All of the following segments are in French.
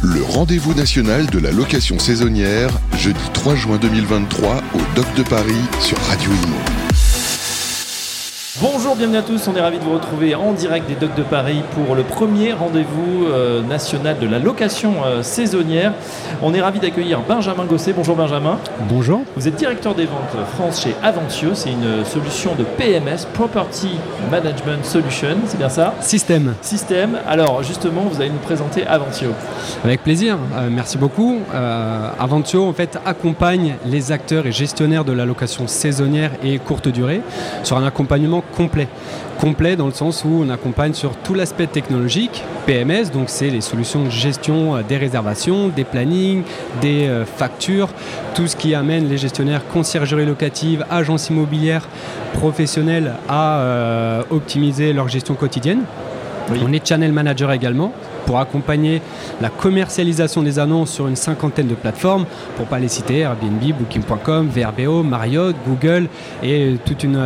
Le rendez-vous national de la location saisonnière, jeudi 3 juin 2023 au Dock de Paris sur Radio Imo. Bonjour, bienvenue à tous, on est ravis de vous retrouver en direct des Docks de Paris pour le premier rendez-vous national de la location saisonnière. On est ravis d'accueillir Benjamin Gosset. Bonjour Benjamin. Bonjour. Vous êtes directeur des ventes France chez Aventio, c'est une solution de PMS, Property Management Solution, c'est bien ça ? Système. Alors justement, vous allez nous présenter Aventio. Avec plaisir, merci beaucoup. Aventio en fait accompagne les acteurs et gestionnaires de la location saisonnière et courte durée sur un accompagnement complet dans le sens où on accompagne sur tout l'aspect technologique, PMS, donc c'est les solutions de gestion des réservations, des plannings, des factures, tout ce qui amène les gestionnaires conciergerie locative, agences immobilières, professionnels à optimiser leur gestion quotidienne. Oui. On est channel manager également pour accompagner la commercialisation des annonces sur une cinquantaine de plateformes, pour ne pas les citer, Airbnb, Booking.com, VRBO, Marriott, Google et toute une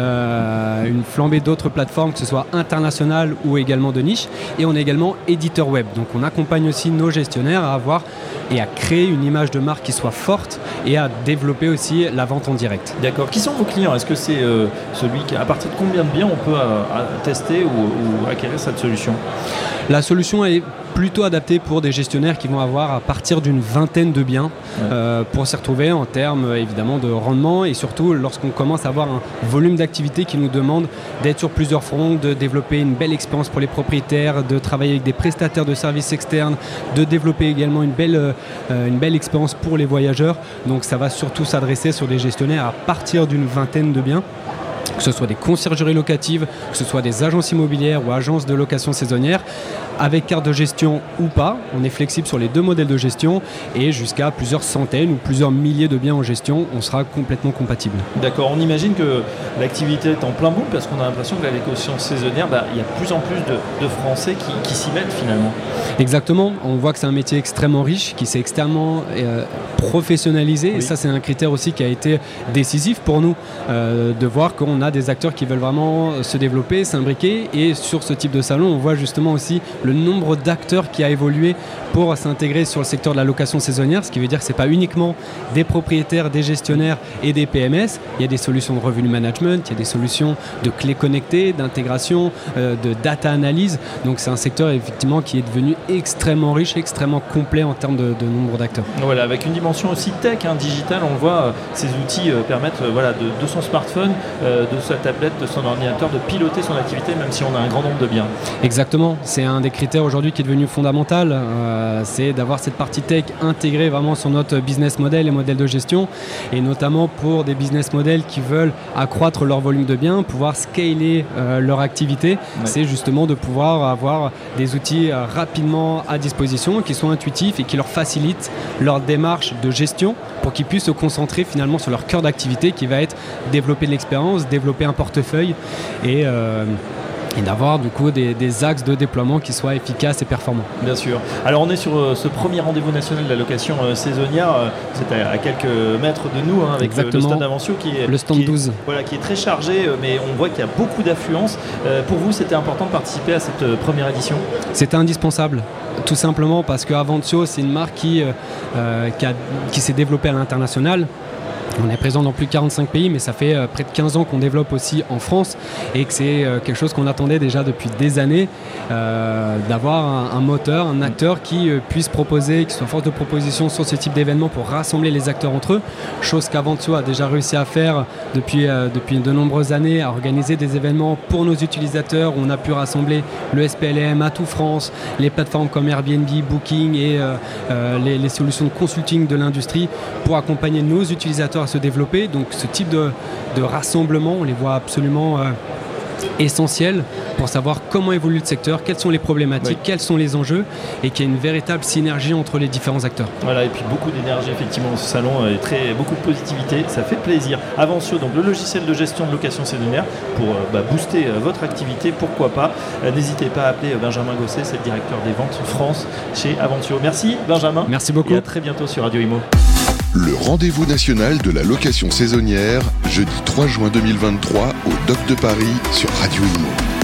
flambée d'autres plateformes, que ce soit internationales ou également de niche. Et on est également éditeur web, donc on accompagne aussi nos gestionnaires à avoir et à créer une image de marque qui soit forte et à développer aussi la vente en direct. D'accord. Qui sont vos clients ? Est-ce que c'est celui qui, à partir de combien de biens on peut tester ou acquérir cette solution ? La solution est plutôt adaptée pour des gestionnaires qui vont avoir à partir d'une vingtaine de biens pour s'y retrouver en termes évidemment de rendement et surtout lorsqu'on commence à avoir un volume d'activité qui nous demande d'être sur plusieurs fronts, de développer une belle expérience pour les propriétaires, de travailler avec des prestataires de services externes, de développer également une belle expérience pour les voyageurs. Donc ça va surtout s'adresser sur des gestionnaires à partir d'une vingtaine de biens, que ce soit des conciergeries locatives, que ce soit des agences immobilières ou agences de location saisonnière, avec carte de gestion ou pas. On est flexible sur les deux modèles de gestion et jusqu'à plusieurs centaines ou plusieurs milliers de biens en gestion, on sera complètement compatible. D'accord, on imagine que l'activité est en plein boom parce qu'on a l'impression que la location saisonnière, il y a de plus en plus de Français qui s'y mettent finalement. Exactement, on voit que c'est un métier extrêmement riche, qui s'est extrêmement professionnalisé, oui. Et ça c'est un critère aussi qui a été décisif pour nous, de voir qu'on a des acteurs qui veulent vraiment se développer, s'imbriquer, et sur ce type de salon on voit justement aussi le nombre d'acteurs qui a évolué pour s'intégrer sur le secteur de la location saisonnière, ce qui veut dire que ce n'est pas uniquement des propriétaires, des gestionnaires et des PMS, il y a des solutions de revenu management, il y a des solutions de clés connectées, d'intégration, de data analyse, donc c'est un secteur effectivement qui est devenu extrêmement riche, extrêmement complet en termes de nombre d'acteurs. Voilà, avec une dimension aussi tech, digital, on le voit, ces outils permettent de son smartphone, de sa tablette, de son ordinateur, de piloter son activité même si on a un grand nombre de biens. Exactement, c'est un des critères aujourd'hui qui est devenu fondamental, c'est d'avoir cette partie tech intégrée vraiment sur notre business model et modèle de gestion, et notamment pour des business models qui veulent accroître leur volume de biens, pouvoir scaler leur activité, c'est justement de pouvoir avoir des outils rapidement à disposition, qui sont intuitifs et qui leur facilitent leur démarche de gestion pour qu'ils puissent se concentrer finalement sur leur cœur d'activité qui va être développer de l'expérience, développer un portefeuille et d'avoir du coup des axes de déploiement qui soient efficaces et performants. Bien sûr. Alors on est sur ce premier rendez-vous national de la location saisonnière, c'est à quelques mètres de nous, avec le stand Aventio qui est, le stand 12. Qui est très chargé, mais on voit qu'il y a beaucoup d'affluence. Pour vous, c'était important de participer à cette première édition ? C'était indispensable. Tout simplement parce que Aventio, c'est une marque qui s'est développée à l'international. On est présent dans plus de 45 pays, mais ça fait près de 15 ans qu'on développe aussi en France et que c'est quelque chose qu'on attendait déjà depuis des années, d'avoir un moteur, un acteur qui puisse proposer, qui soit force de proposition sur ce type d'événement pour rassembler les acteurs entre eux, chose qu'Aventio a déjà réussi à faire depuis de nombreuses années, à organiser des événements pour nos utilisateurs où on a pu rassembler le SPLM, Atout France, les plateformes comme Airbnb, Booking et les solutions de consulting de l'industrie pour accompagner nos utilisateurs à se développer. Donc ce type de rassemblement, on les voit absolument essentiels pour savoir comment évolue le secteur, quelles sont les problématiques, quels sont les enjeux, et qu'il y ait une véritable synergie entre les différents acteurs. Voilà, et puis beaucoup d'énergie effectivement dans ce salon, et beaucoup de positivité, ça fait plaisir. Aventio, donc le logiciel de gestion de location saisonnière pour booster votre activité, pourquoi pas. N'hésitez pas à appeler Benjamin Gosset, c'est le directeur des ventes France chez Aventio. Merci Benjamin. Merci beaucoup. Et à très bientôt sur Radio Imo. Le rendez-vous national de la location saisonnière, jeudi 3 juin 2023 au Dock de Paris sur Radio Imo.